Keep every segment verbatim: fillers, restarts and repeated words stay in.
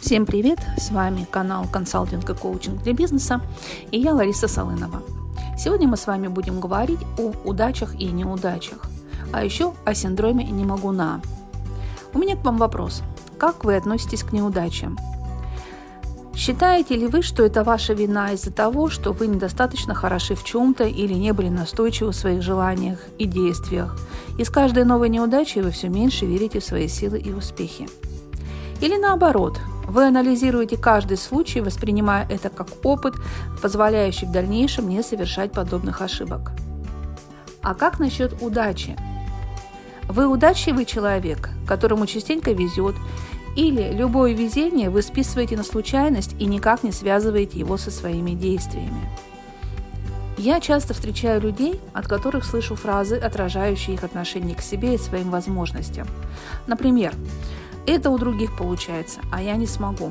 Всем привет! С вами канал «Консалтинг и коучинг для бизнеса» и я, Лариса Солынова. Сегодня мы с вами будем говорить о удачах и неудачах, а еще о синдроме «не могу на». У меня к вам вопрос. Как вы относитесь к неудачам? Считаете ли вы, что это ваша вина из-за того, что вы недостаточно хороши в чем-то или не были настойчивы в своих желаниях и действиях, и с каждой новой неудачей вы все меньше верите в свои силы и успехи? Или наоборот, вы анализируете каждый случай, воспринимая это как опыт, позволяющий в дальнейшем не совершать подобных ошибок? А как насчет удачи? Вы удачливый человек, которому частенько везет, или любое везение вы списываете на случайность и никак не связываете его со своими действиями? Я часто встречаю людей, от которых слышу фразы, отражающие их отношение к себе и своим возможностям. Например, «это у других получается, а я не смогу».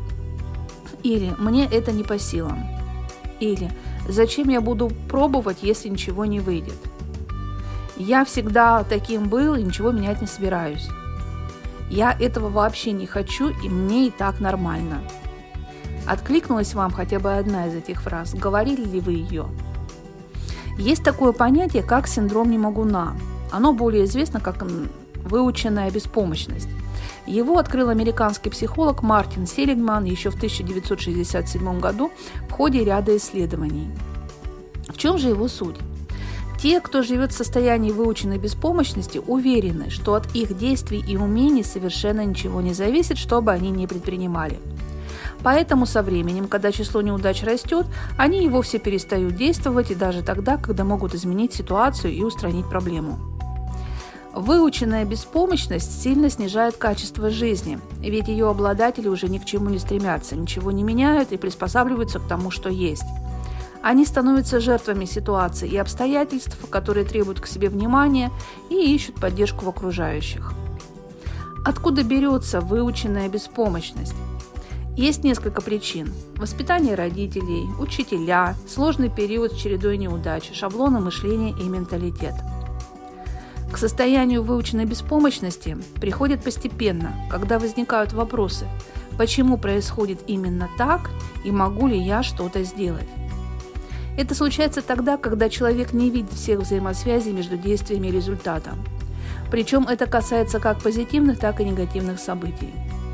Или «мне это не по силам». Или «зачем я буду пробовать, если ничего не выйдет». «Я всегда таким был и ничего менять не собираюсь». «Я этого вообще не хочу, и мне и так нормально». Откликнулась вам хотя бы одна из этих фраз? Говорили ли вы ее? Есть такое понятие, как синдром «не могу на». Оно более известно как выученная беспомощность. Его открыл американский психолог Мартин Селигман еще в тысяча девятьсот шестьдесят седьмом году в ходе ряда исследований. В чем же его суть? Те, кто живет в состоянии выученной беспомощности, уверены, что от их действий и умений совершенно ничего не зависит, что бы они ни предпринимали. Поэтому со временем, когда число неудач растет, они и вовсе перестают действовать, и даже тогда, когда могут изменить ситуацию и устранить проблему. Выученная беспомощность сильно снижает качество жизни, ведь ее обладатели уже ни к чему не стремятся, ничего не меняют и приспосабливаются к тому, что есть. Они становятся жертвами ситуаций и обстоятельств, которые требуют к себе внимания и ищут поддержку в окружающих. Откуда берется выученная беспомощность? Есть несколько причин. Воспитание родителей, учителя, сложный период с чередой неудач, шаблоны мышления и менталитет. К состоянию выученной беспомощности приходит постепенно, когда возникают вопросы, почему происходит именно так и могу ли я что-то сделать. Это случается тогда, когда человек не видит всех взаимосвязей между действиями и результатом. Причем это касается как позитивных, так и негативных событий.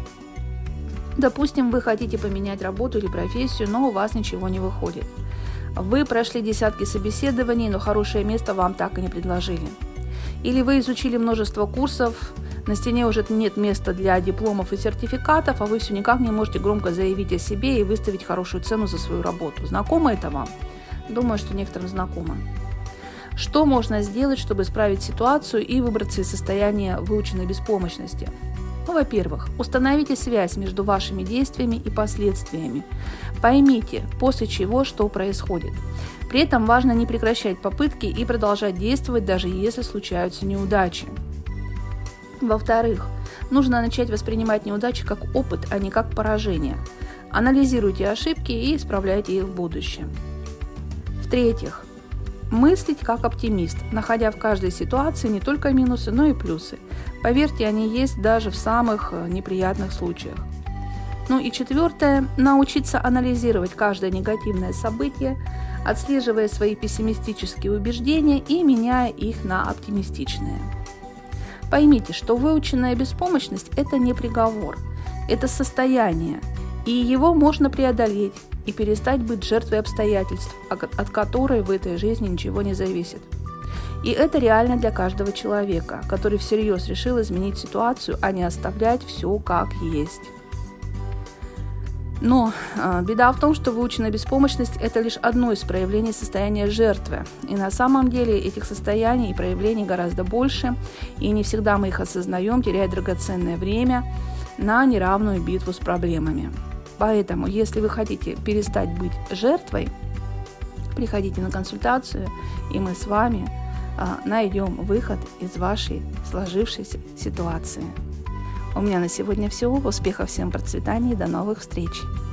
Допустим, вы хотите поменять работу или профессию, но у вас ничего не выходит. Вы прошли десятки собеседований, но хорошее место вам так и не предложили. Или вы изучили множество курсов, на стене уже нет места для дипломов и сертификатов, а вы все никак не можете громко заявить о себе и выставить хорошую цену за свою работу. Знакомо это вам? Думаю, что некоторым знакомо. Что можно сделать, чтобы исправить ситуацию и выбраться из состояния выученной беспомощности? Ну, во-первых, установите связь между вашими действиями и последствиями. Поймите, после чего что происходит. При этом важно не прекращать попытки и продолжать действовать, даже если случаются неудачи. Во-вторых, нужно начать воспринимать неудачи как опыт, а не как поражение. Анализируйте ошибки и исправляйте их в будущем. В-третьих, мыслить как оптимист, находя в каждой ситуации не только минусы, но и плюсы. Поверьте, они есть даже в самых неприятных случаях. Ну и четвертое, научиться анализировать каждое негативное событие, отслеживая свои пессимистические убеждения и меняя их на оптимистичные. Поймите, что выученная беспомощность – это не приговор, это состояние, и его можно преодолеть и перестать быть жертвой обстоятельств, от которой в этой жизни ничего не зависит. И это реально для каждого человека, который всерьез решил изменить ситуацию, а не оставлять все как есть. Но э, беда в том, что выученная беспомощность – это лишь одно из проявлений состояния жертвы. И на самом деле этих состояний и проявлений гораздо больше, и не всегда мы их осознаем, теряя драгоценное время на неравную битву с проблемами. Поэтому, если вы хотите перестать быть жертвой, приходите на консультацию, и мы с вами э, найдем выход из вашей сложившейся ситуации. У меня на сегодня все. Успехов всем, процветания и до новых встреч!